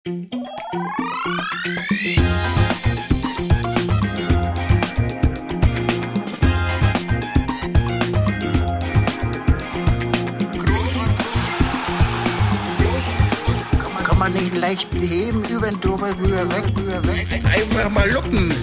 Kann man nicht leicht heben, über den drüber weg. Einfach mal lupen.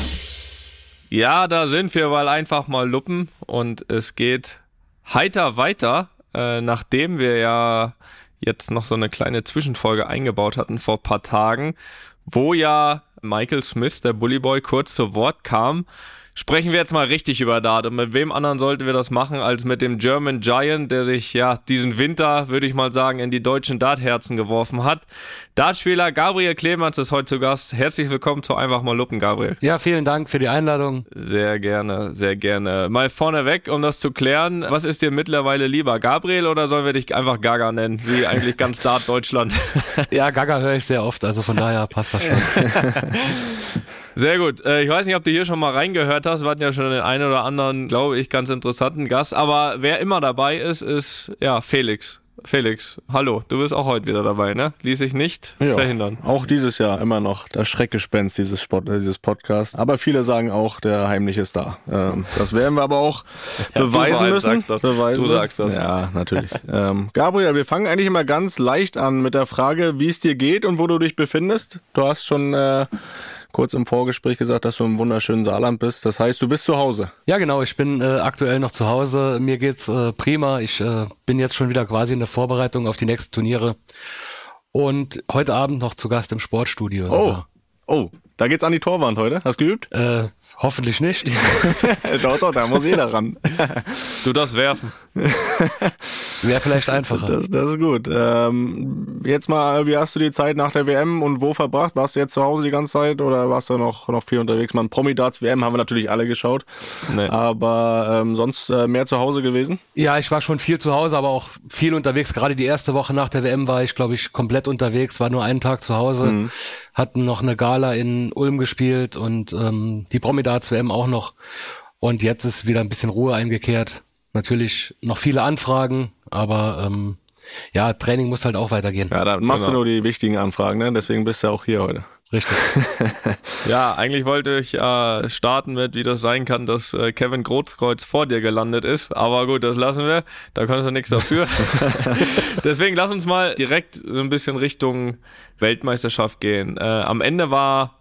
Ja, da sind wir, weil einfach mal lupen und es geht heiter weiter, nachdem wir ja jetzt noch so eine kleine Zwischenfolge eingebaut hatten vor ein paar Tagen, wo ja Michael Smith, der Bullyboy, kurz zu Wort kam. Sprechen wir jetzt mal richtig über Dart. Und mit wem anderen sollten wir das machen, als mit dem German Giant, der sich ja diesen Winter, würde ich mal sagen, in die deutschen Dartherzen geworfen hat. Dartspieler Gabriel Clemens ist heute zu Gast. Herzlich willkommen zu Einfach mal Luppen, Gabriel. Ja, vielen Dank für die Einladung. Sehr gerne, sehr gerne. Mal vorneweg, um das zu klären, was ist dir mittlerweile lieber, Gabriel, oder sollen wir dich einfach Gaga nennen, wie eigentlich ganz Dart Deutschland? Ja, Gaga höre ich sehr oft, also von daher passt das schon. Sehr gut. Ich weiß nicht, ob du hier schon mal reingehört hast. Wir hatten ja schon den einen oder anderen, glaube ich, ganz interessanten Gast. Aber wer immer dabei ist ja Felix. Felix, hallo, du bist auch heute wieder dabei, ne? Ließ sich nicht verhindern. Auch dieses Jahr immer noch das Schreckgespenst dieses Podcasts. Aber viele sagen auch, der heimliche Star. Das werden wir aber auch beweisen müssen. Du sagst das. Ja, natürlich. Gabriel, wir fangen eigentlich immer ganz leicht an mit der Frage, wie es dir geht und wo du dich befindest. Du hast schon kurz im Vorgespräch gesagt, dass du im wunderschönen Saarland bist. Das heißt, du bist zu Hause. Ja, genau. Ich bin aktuell noch zu Hause. Mir geht's prima. Ich bin jetzt schon wieder quasi in der Vorbereitung auf die nächsten Turniere. Und heute Abend noch zu Gast im Sportstudio. Oh, da geht's an die Torwand heute. Hast du geübt? Hoffentlich nicht. Doch, da muss jeder ran. Du darfst werfen. Wäre vielleicht einfacher. Das ist gut. Jetzt mal, wie hast du die Zeit nach der WM und wo verbracht? Warst du jetzt zu Hause die ganze Zeit oder warst du noch viel unterwegs? Man, Promi-Darts WM haben wir natürlich alle geschaut. Nee. Aber sonst mehr zu Hause gewesen? Ja, ich war schon viel zu Hause, aber auch viel unterwegs. Gerade die erste Woche nach der WM war ich, glaube ich, komplett unterwegs. War nur einen Tag zu Hause. Hatten noch eine Gala in Ulm gespielt und die Promi-Darts WM auch noch. Und jetzt ist wieder ein bisschen Ruhe eingekehrt. Natürlich noch viele Anfragen, aber Training muss halt auch weitergehen. Ja, da machst du nur die wichtigen Anfragen, ne? Deswegen bist du auch hier heute. Richtig. Ja, eigentlich wollte ich starten mit, wie das sein kann, dass Kevin Großkreuz vor dir gelandet ist. Aber gut, das lassen wir. Da kannst du nichts dafür. Deswegen lass uns mal direkt so ein bisschen Richtung Weltmeisterschaft gehen. Am Ende war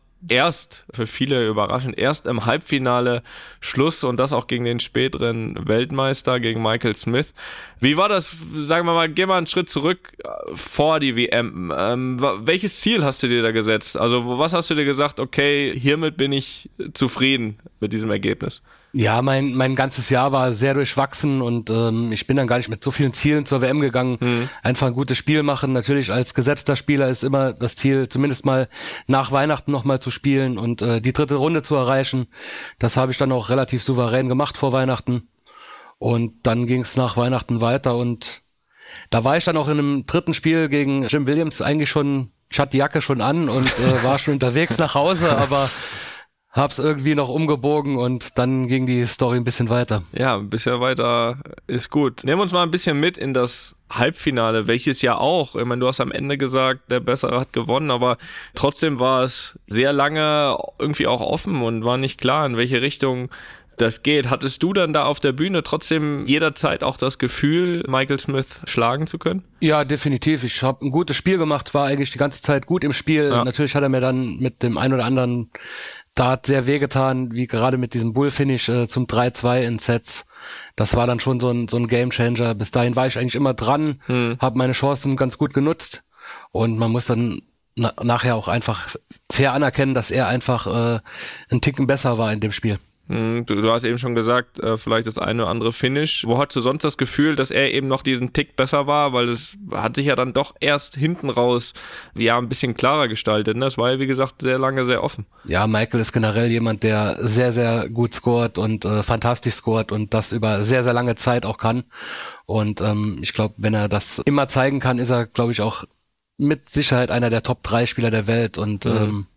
für viele überraschend, erst im Halbfinale Schluss und das auch gegen den späteren Weltmeister, gegen Michael Smith. Wie war das, sagen wir mal, geh mal einen Schritt zurück vor die WM. Welches Ziel hast du dir da gesetzt? Also was hast du dir gesagt, okay, hiermit bin ich zufrieden mit diesem Ergebnis? Ja, mein ganzes Jahr war sehr durchwachsen und ich bin dann gar nicht mit so vielen Zielen zur WM gegangen. Einfach ein gutes Spiel machen. Natürlich als gesetzter Spieler ist immer das Ziel, zumindest mal nach Weihnachten nochmal zu spielen und die dritte Runde zu erreichen. Das habe ich dann auch relativ souverän gemacht vor Weihnachten. Und dann ging es nach Weihnachten weiter und da war ich dann auch in einem dritten Spiel gegen Jim Williams eigentlich schon, ich hatte die Jacke schon an und war schon unterwegs nach Hause, aber hab's irgendwie noch umgebogen und dann ging die Story ein bisschen weiter. Ja, ein bisschen weiter ist gut. Nehmen wir uns mal ein bisschen mit in das Halbfinale, welches ja auch, ich meine, du hast am Ende gesagt, der Bessere hat gewonnen, aber trotzdem war es sehr lange irgendwie auch offen und war nicht klar, in welche Richtung das geht. Hattest du dann da auf der Bühne trotzdem jederzeit auch das Gefühl, Michael Smith schlagen zu können? Ja, definitiv. Ich habe ein gutes Spiel gemacht, war eigentlich die ganze Zeit gut im Spiel. Ja. Natürlich hat er mir dann mit dem ein oder anderen Dart sehr wehgetan, wie gerade mit diesem Bull-Finish zum 3-2 in Sets. Das war dann schon so ein Gamechanger. Bis dahin war ich eigentlich immer dran, habe meine Chancen ganz gut genutzt und man muss dann nachher auch einfach fair anerkennen, dass er einfach einen Ticken besser war in dem Spiel. Du hast eben schon gesagt, vielleicht das eine oder andere Finish. Wo hast du sonst das Gefühl, dass er eben noch diesen Tick besser war? Weil es hat sich ja dann doch erst hinten raus ein bisschen klarer gestaltet. Ne? Das war ja, wie gesagt, sehr lange sehr offen. Ja, Michael ist generell jemand, der sehr, sehr gut scoret und fantastisch scoret und das über sehr, sehr lange Zeit auch kann. Und ich glaube, wenn er das immer zeigen kann, ist er, glaube ich, auch mit Sicherheit einer der Top-3 Spieler der Welt. Und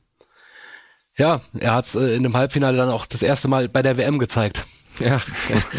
ja, er hat es in dem Halbfinale dann auch das erste Mal bei der WM gezeigt. Ja,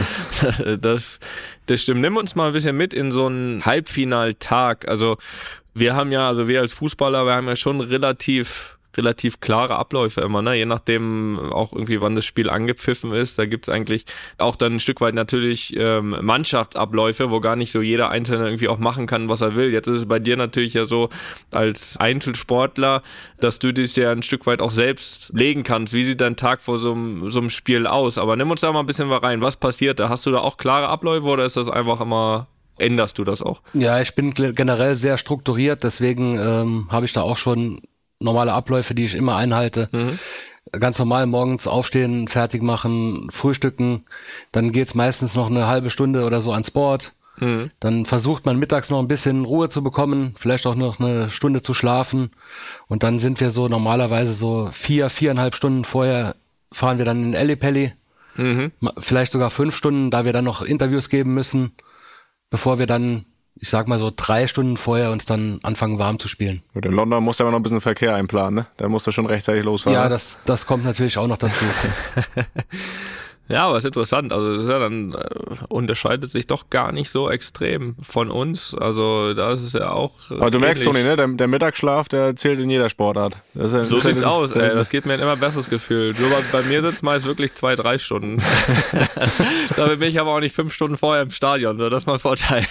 das stimmt. Nimm uns mal ein bisschen mit in so einen Halbfinaltag. Also wir als Fußballer, wir haben ja schon relativ klare Abläufe immer, ne? Je nachdem auch irgendwie, wann das Spiel angepfiffen ist. Da gibt's eigentlich auch dann ein Stück weit natürlich Mannschaftsabläufe, wo gar nicht so jeder Einzelne irgendwie auch machen kann, was er will. Jetzt ist es bei dir natürlich ja so als Einzelsportler, dass du dich ja ein Stück weit auch selbst legen kannst. Wie sieht dein Tag vor so einem Spiel aus? Aber nimm uns da mal ein bisschen rein. Was passiert da? Hast du da auch klare Abläufe oder ist das einfach immer... Änderst du das auch? Ja, ich bin generell sehr strukturiert, deswegen habe ich da auch schon normale Abläufe, die ich immer einhalte. Ganz normal morgens aufstehen, fertig machen, frühstücken. Dann geht's meistens noch eine halbe Stunde oder so ans Board. Dann versucht man mittags noch ein bisschen Ruhe zu bekommen, vielleicht auch noch eine Stunde zu schlafen. Und dann sind wir so normalerweise so 4,5 Stunden vorher fahren wir dann in Ellipelli. Vielleicht sogar 5 Stunden, da wir dann noch Interviews geben müssen, bevor wir dann, ich sag mal so 3 Stunden vorher uns dann anfangen warm zu spielen. Und in London musst du aber noch ein bisschen Verkehr einplanen, ne? Da musst du schon rechtzeitig losfahren. Ja, das kommt natürlich auch noch dazu. Ja, aber ist interessant. Also das ist ja dann unterscheidet sich doch gar nicht so extrem von uns. Also da ist es ja auch. Aber du merkst, Toni, ne? Der Mittagsschlaf, der zählt in jeder Sportart. So sieht's aus, ey. Das gibt mir ein immer besseres Gefühl. Nur bei mir sind's meist wirklich 2-3 Stunden. Damit bin ich aber auch nicht 5 Stunden vorher im Stadion. So, das ist mal ein Vorteil.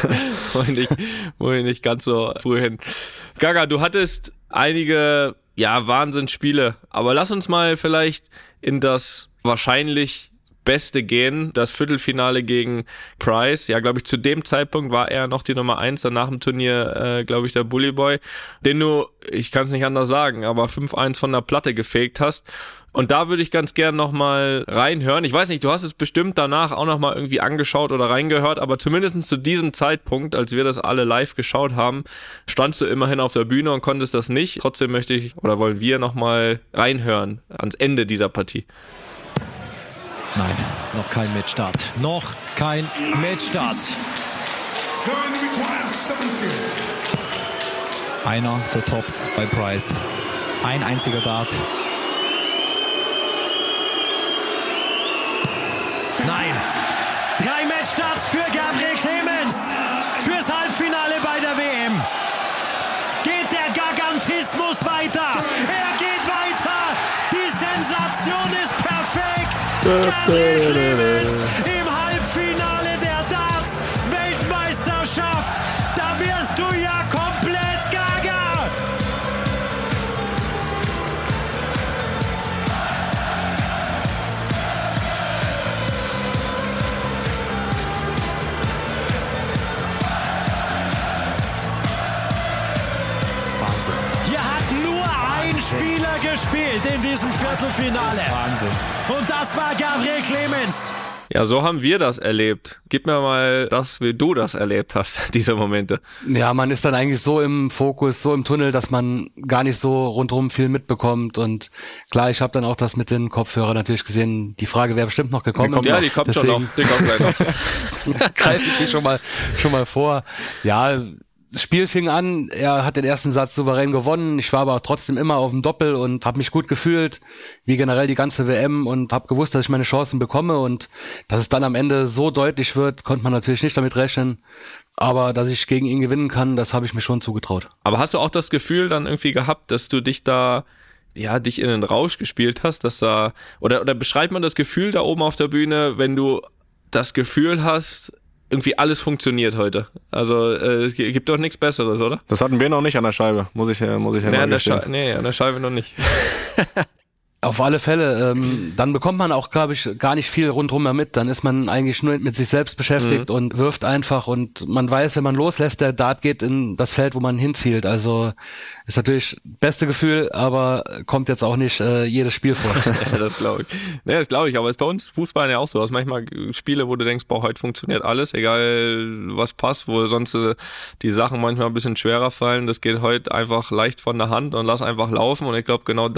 Wo ich nicht ganz so früh hin. Gaga, du hattest einige Wahnsinnsspiele. Aber lass uns mal vielleicht in das wahrscheinlich Beste gehen, das Viertelfinale gegen Price. Ja, glaube ich, zu dem Zeitpunkt war er noch die Nummer 1, dann nach dem Turnier, glaube ich, der Bully Boy, den du, ich kann es nicht anders sagen, aber 5-1 von der Platte gefegt hast. Und da würde ich ganz gern nochmal reinhören. Ich weiß nicht, du hast es bestimmt danach auch nochmal irgendwie angeschaut oder reingehört, aber zumindest zu diesem Zeitpunkt, als wir das alle live geschaut haben, standst du immerhin auf der Bühne und konntest das nicht. Trotzdem wollen wir nochmal reinhören ans Ende dieser Partie. Nein, noch kein Matchstart. Noch kein Matchstart. Einer für Tops bei Price. Ein einziger Dart. Nein. 3 Matchstarts für Gabriel Clemens. Fürs Halbfinale bei der WM. Geht der Gagantismus weiter? Er geht weiter. Die Sensation ist perfekt. Gabriel Clemens im Halbfinale der Darts-Weltmeisterschaft. Da wirst du ja komplett gaga. Wahnsinn. Hier hat nur ein Spieler gespielt in diesem Viertelfinale. Wahnsinn. Und das war Gabriel Clemens. Ja, so haben wir das erlebt. Gib mir mal das, wie du das erlebt hast, diese Momente. Ja, man ist dann eigentlich so im Fokus, so im Tunnel, dass man gar nicht so rundherum viel mitbekommt. Und klar, ich habe dann auch das mit den Kopfhörern natürlich gesehen. Die Frage wäre bestimmt noch gekommen. Die kommt schon noch. Die kommt gleich noch. Greife ich die schon mal vor. Ja, das Spiel fing an, er hat den ersten Satz souverän gewonnen, ich war aber trotzdem immer auf dem Doppel und habe mich gut gefühlt, wie generell die ganze WM, und habe gewusst, dass ich meine Chancen bekomme, und dass es dann am Ende so deutlich wird, konnte man natürlich nicht damit rechnen, aber dass ich gegen ihn gewinnen kann, das habe ich mir schon zugetraut. Aber hast du auch das Gefühl dann irgendwie gehabt, dass du dich da, dich in den Rausch gespielt hast, dass da, oder beschreibt man das Gefühl da oben auf der Bühne, wenn du das Gefühl hast, irgendwie alles funktioniert heute. Also es gibt doch nichts Besseres, oder? Das hatten wir noch nicht an der Scheibe, muss ich mal gestehen. Nee, an der Scheibe noch nicht. Auf alle Fälle. Dann bekommt man auch, glaube ich, gar nicht viel rundherum mehr mit. Dann ist man eigentlich nur mit sich selbst beschäftigt und wirft einfach. Und man weiß, wenn man loslässt, der Dart geht in das Feld, wo man hinzielt. Also ist natürlich das beste Gefühl, aber kommt jetzt auch nicht jedes Spiel vor. Ja, das glaube ich. Nee, das glaube ich. Aber ist bei uns Fußball ja auch so. Du hast manchmal Spiele, wo du denkst, boah, heute funktioniert alles, egal was passt, wo sonst die Sachen manchmal ein bisschen schwerer fallen. Das geht heute einfach leicht von der Hand und lass einfach laufen. Und ich glaube, genau das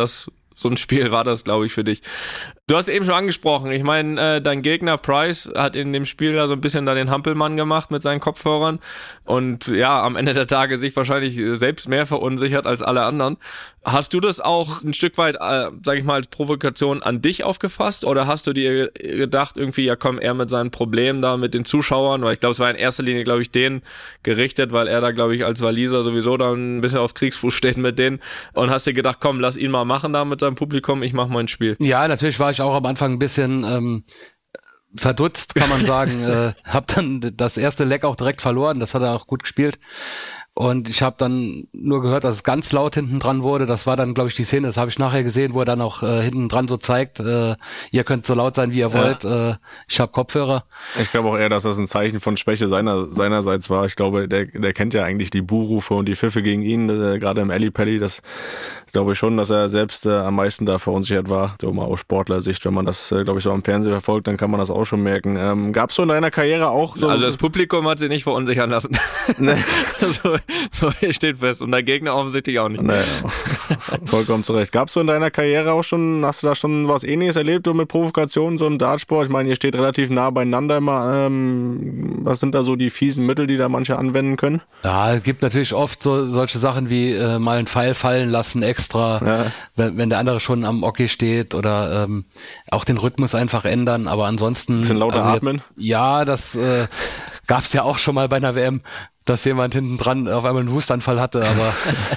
so ein Spiel war das, glaube ich, für dich. Du hast eben schon angesprochen, ich meine, dein Gegner Price hat in dem Spiel da so ein bisschen da den Hampelmann gemacht mit seinen Kopfhörern und ja, am Ende der Tage sich wahrscheinlich selbst mehr verunsichert als alle anderen. Hast du das auch ein Stück weit, sag ich mal, als Provokation an dich aufgefasst oder hast du dir gedacht, irgendwie, ja komm, er mit seinen Problemen da mit den Zuschauern, weil ich glaube, es war in erster Linie, glaube ich, denen gerichtet, weil er da, glaube ich, als Waliser sowieso dann ein bisschen auf Kriegsfuß steht mit denen und hast dir gedacht, komm, lass ihn mal machen da mit seinem Publikum, ich mach mein Spiel. Ja, natürlich war ich auch am Anfang ein bisschen verdutzt, kann man sagen. Hab dann das erste Leck auch direkt verloren, das hat er auch gut gespielt. Und ich habe dann nur gehört, dass es ganz laut hinten dran wurde. Das war dann, glaube ich, die Szene, das habe ich nachher gesehen, wo er dann auch hinten dran so zeigt, ihr könnt so laut sein, wie ihr wollt. Ich habe Kopfhörer. Ich glaube auch eher, dass das ein Zeichen von Schwäche seinerseits war. Ich glaube, der kennt ja eigentlich die Buhrufe und die Pfiffe gegen ihn, gerade im Ellipelli. Das glaube ich schon, dass er selbst am meisten da verunsichert war. So mal aus Sportlersicht, wenn man das, glaube ich, so am Fernsehen verfolgt, dann kann man das auch schon merken. Gab es so in deiner Karriere auch so... Also das Publikum hat sich nicht verunsichern lassen. Nee. So steht fest. Und der Gegner offensichtlich auch nicht. Naja, vollkommen zurecht. Gab es so in deiner Karriere auch schon, hast du da schon was Ähnliches erlebt, so mit Provokationen, so im Dartsport? Ich meine, ihr steht relativ nah beieinander immer. Was sind da so die fiesen Mittel, die da manche anwenden können? Ja, es gibt natürlich oft so solche Sachen wie mal einen Pfeil fallen lassen extra, wenn der andere schon am Oki steht oder auch den Rhythmus einfach ändern. Aber ansonsten... Bisschen lauter atmen? Ja, das gab es ja auch schon mal bei einer WM, dass jemand hinten dran auf einmal einen Hustanfall hatte, aber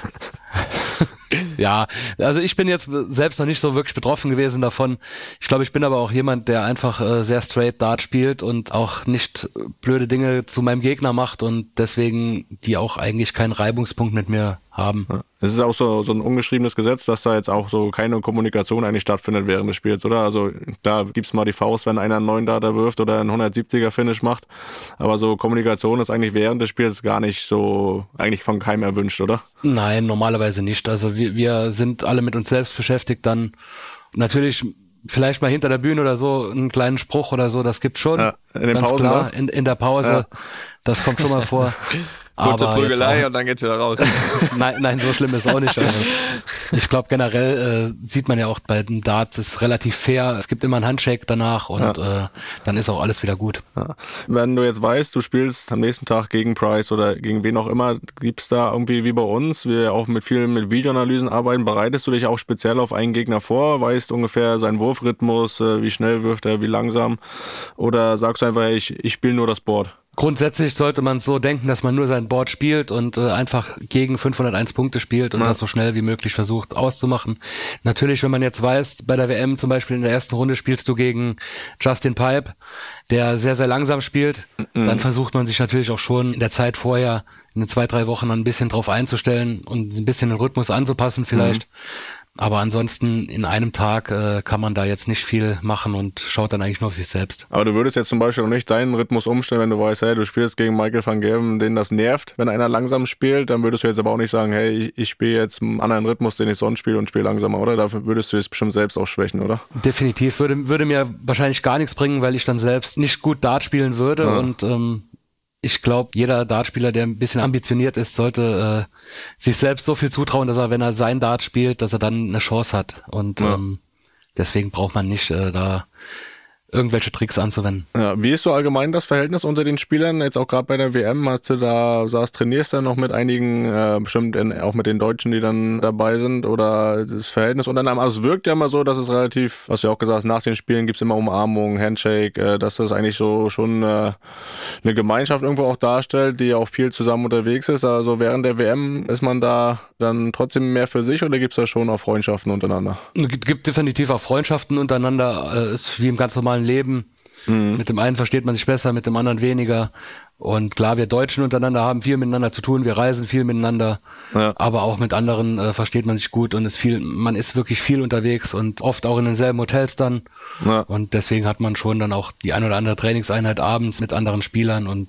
ja, also ich bin jetzt selbst noch nicht so wirklich betroffen gewesen davon. Ich glaube, ich bin aber auch jemand, der einfach sehr straight Dart spielt und auch nicht blöde Dinge zu meinem Gegner macht und deswegen die auch eigentlich keinen Reibungspunkt mit mir haben. Es ist auch so ein ungeschriebenes Gesetz, dass da jetzt auch so keine Kommunikation eigentlich stattfindet während des Spiels, oder? Also da gibt's mal die Faust, wenn einer einen 9-Darter wirft oder einen 170er-Finish macht, aber so Kommunikation ist eigentlich während des Spiels gar nicht so, eigentlich von keinem erwünscht, oder? Nein, normalerweise nicht. Also wir sind alle mit uns selbst beschäftigt, dann natürlich vielleicht mal hinter der Bühne oder so einen kleinen Spruch oder so, das gibt's schon. Ja, in den Pausen, klar, in der Pause, das kommt schon mal vor. Kurze Prügelei und dann geht's wieder raus. Nein, so schlimm ist auch nicht. Also ich glaube generell sieht man ja auch bei den Darts, ist relativ fair. Es gibt immer einen Handshake danach und dann ist auch alles wieder gut. Ja. Wenn du jetzt weißt, du spielst am nächsten Tag gegen Price oder gegen wen auch immer, gibt's da irgendwie wie bei uns, wir auch mit Videoanalysen arbeiten, bereitest du dich auch speziell auf einen Gegner vor, weißt ungefähr seinen Wurfrhythmus, wie schnell wirft er, wie langsam, oder sagst du einfach, hey, ich spiele nur das Board? Grundsätzlich sollte man so denken, dass man nur sein Board spielt und einfach gegen 501 Punkte spielt und das so schnell wie möglich versucht auszumachen. Natürlich, wenn man jetzt weiß, bei der WM zum Beispiel in der ersten Runde spielst du gegen Justin Pipe, der sehr, sehr langsam spielt, dann versucht man sich natürlich auch schon in der Zeit vorher, in den 2-3 Wochen ein bisschen drauf einzustellen und ein bisschen den Rhythmus anzupassen vielleicht. Aber ansonsten in einem Tag kann man da jetzt nicht viel machen und schaut dann eigentlich nur auf sich selbst. Aber du würdest jetzt zum Beispiel auch nicht deinen Rhythmus umstellen, wenn du weißt, hey, du spielst gegen Michael van Gerwen, den das nervt, wenn einer langsam spielt, dann würdest du jetzt aber auch nicht sagen, hey, ich spiele jetzt einen anderen Rhythmus, den ich sonst spiele und spiele langsamer, oder? Dafür würdest du es bestimmt selbst auch schwächen, oder? Definitiv. Würde mir wahrscheinlich gar nichts bringen, weil ich dann selbst nicht gut Dart spielen würde und ich glaube, jeder Dartspieler, der ein bisschen ambitioniert ist, sollte sich selbst so viel zutrauen, dass er, wenn er sein Dart spielt, dass er dann eine Chance hat. Und deswegen braucht man nicht da irgendwelche Tricks anzuwenden. Ja, wie ist so allgemein das Verhältnis unter den Spielern? Jetzt auch gerade bei der WM, trainierst du noch mit einigen, bestimmt auch mit den Deutschen, die dann dabei sind, oder das Verhältnis untereinander? Also es wirkt ja immer so, dass es relativ, was du auch gesagt hast, nach den Spielen gibt's immer Umarmung, Handshake, dass das eigentlich so schon eine Gemeinschaft irgendwo auch darstellt, die auch viel zusammen unterwegs ist. Also während der WM ist man da dann trotzdem mehr für sich, oder gibt's da schon auch Freundschaften untereinander? Es gibt definitiv auch Freundschaften untereinander, ist wie im ganz normalen Leben. Mit dem einen versteht man sich besser, mit dem anderen weniger. Und klar, wir Deutschen untereinander haben viel miteinander zu tun, wir reisen viel miteinander, aber auch mit anderen versteht man sich gut und man ist wirklich viel unterwegs und oft auch in denselben Hotels dann. Ja. Und deswegen hat man schon dann auch die ein oder andere Trainingseinheit abends mit anderen Spielern und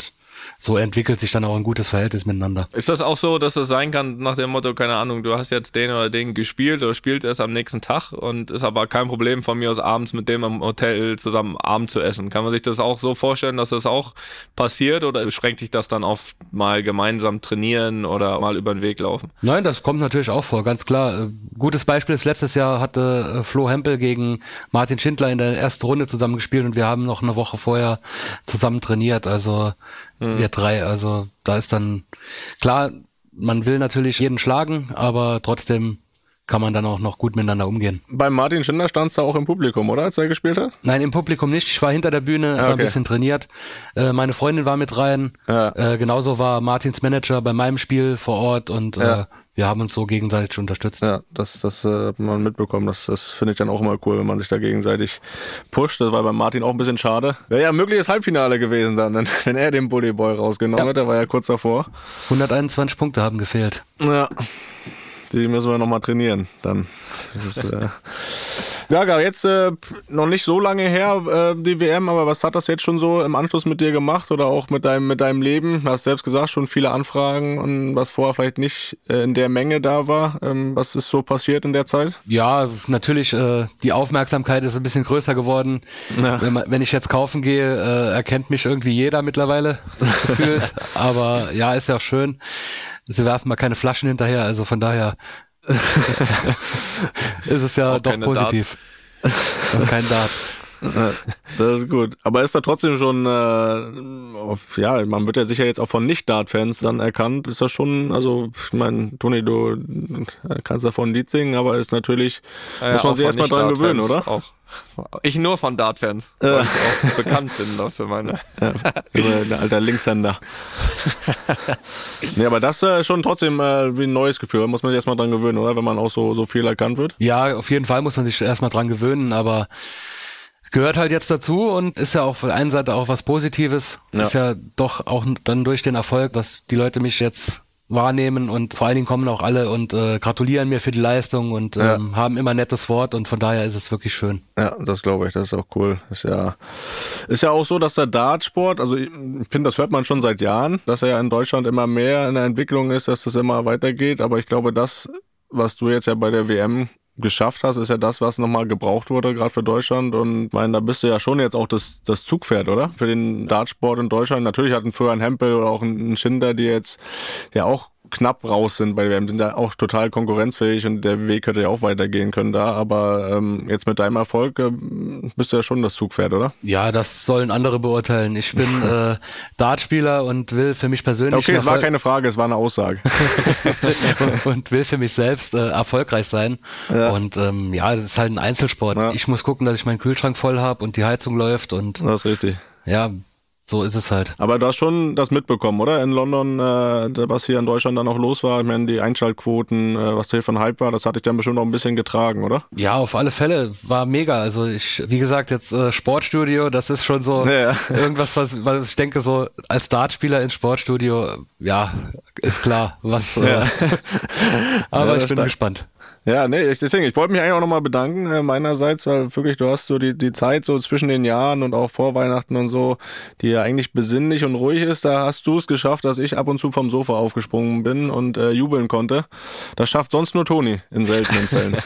so entwickelt sich dann auch ein gutes Verhältnis miteinander. Ist das auch so, dass das sein kann nach dem Motto, keine Ahnung, du hast jetzt den oder den gespielt oder spielst erst am nächsten Tag und ist aber kein Problem von mir aus abends mit dem im Hotel zusammen Abend zu essen. Kann man sich das auch so vorstellen, dass das auch passiert oder beschränkt dich das dann auf mal gemeinsam trainieren oder mal über den Weg laufen? Nein, das kommt natürlich auch vor, ganz klar. Gutes Beispiel ist, letztes Jahr hatte Flo Hempel gegen Martin Schindler in der ersten Runde zusammen gespielt und wir haben noch eine Woche vorher zusammen trainiert, also wir 3, also da ist dann klar, man will natürlich jeden schlagen, aber trotzdem kann man dann auch noch gut miteinander umgehen. Bei Martin Schindler standst du auch im Publikum, oder, als er gespielt hat? Nein, im Publikum nicht. Ich war hinter der Bühne, hab ein bisschen trainiert. Meine Freundin war mit rein. Ja. Genauso war Martins Manager bei meinem Spiel vor Ort und wir haben uns so gegenseitig unterstützt. Ja, das hat man mitbekommen. Das finde ich dann auch immer cool, wenn man sich da gegenseitig pusht. Das war bei Martin auch ein bisschen schade. Wäre ja ein mögliches Halbfinale gewesen dann, wenn er den Bully Boy rausgenommen hat. Der war ja kurz davor. 121 Punkte haben gefehlt. Ja. Die müssen wir nochmal trainieren, dann. Das ist, Gaga, jetzt noch nicht so lange her, die WM, aber was hat das jetzt schon so im Anschluss mit dir gemacht oder auch mit deinem Leben? Du hast selbst gesagt, schon viele Anfragen und was vorher vielleicht nicht in der Menge da war. Was ist so passiert in der Zeit? Ja, natürlich, die Aufmerksamkeit ist ein bisschen größer geworden. Ja. Wenn ich jetzt kaufen gehe, erkennt mich irgendwie jeder mittlerweile gefühlt. Aber ja, ist ja auch schön. Sie werfen mal keine Flaschen hinterher, also von daher ist es ja auch doch positiv. Und kein Dart. Das ist gut. Aber ist da trotzdem schon, ja, man wird ja sicher jetzt auch von Nicht-Dart-Fans dann erkannt. Ist das schon, also, ich meine, Toni, du kannst davon ein Lied singen, aber ist natürlich, muss man sich erstmal dran gewöhnen, oder? Auch. Ich nur von Dart-Fans, weil ich auch bekannt bin dafür meine. Ja, ein alter Linkshänder. Nee, aber das ist schon trotzdem wie ein neues Gefühl. Muss man sich erstmal dran gewöhnen, oder? Wenn man auch so viel erkannt wird. Ja, auf jeden Fall muss man sich erstmal dran gewöhnen, aber gehört halt jetzt dazu und ist ja auch auf der einen Seite auch was Positives. Ja. Ist ja doch auch dann durch den Erfolg, dass die Leute mich jetzt wahrnehmen und vor allen Dingen kommen auch alle und gratulieren mir für die Leistung und haben immer ein nettes Wort und von daher ist es wirklich schön. Ja, das glaube ich, das ist auch cool. Ist ja auch so, dass der Dartsport, also ich finde, das hört man schon seit Jahren, dass er ja in Deutschland immer mehr in der Entwicklung ist, dass das immer weitergeht, aber ich glaube, das, was du jetzt ja bei der WM geschafft hast, ist ja das, was nochmal gebraucht wurde, gerade für Deutschland. Und ich meine, da bist du ja schon jetzt auch das Zugpferd, oder? Für den Dartsport in Deutschland. Natürlich hatten früher ein Hempel oder auch ein Schindler, die jetzt ja auch knapp raus sind bei der WM, sind ja auch total konkurrenzfähig und der Weg hätte ja auch weitergehen können da, aber jetzt mit deinem Erfolg bist du ja schon das Zugpferd, oder? Ja, das sollen andere beurteilen. Ich bin Dartspieler und will für mich persönlich... Okay, es war keine Frage, es war eine Aussage. und will für mich selbst erfolgreich sein. Ja. Und ja, es ist halt ein Einzelsport. Ja. Ich muss gucken, dass ich meinen Kühlschrank voll habe und die Heizung läuft und... Das ist richtig. Ja, so ist es halt. Aber du hast schon das mitbekommen, oder? In London, was hier in Deutschland dann auch los war. Ich meine, die Einschaltquoten, was hier von Hype war, das hatte ich dann bestimmt noch ein bisschen getragen, oder? Ja, auf alle Fälle. War mega. Also wie gesagt, jetzt Sportstudio, das ist schon so irgendwas, was ich denke, so als Dartspieler ins Sportstudio, ja, ist klar. Was. Aber ich bin gespannt. Ja, nee, deswegen, ich wollte mich eigentlich auch nochmal bedanken meinerseits, weil wirklich, du hast so die Zeit so zwischen den Jahren und auch vor Weihnachten und so, die ja eigentlich besinnlich und ruhig ist, da hast du es geschafft, dass ich ab und zu vom Sofa aufgesprungen bin und jubeln konnte. Das schafft sonst nur Toni in seltenen Fällen.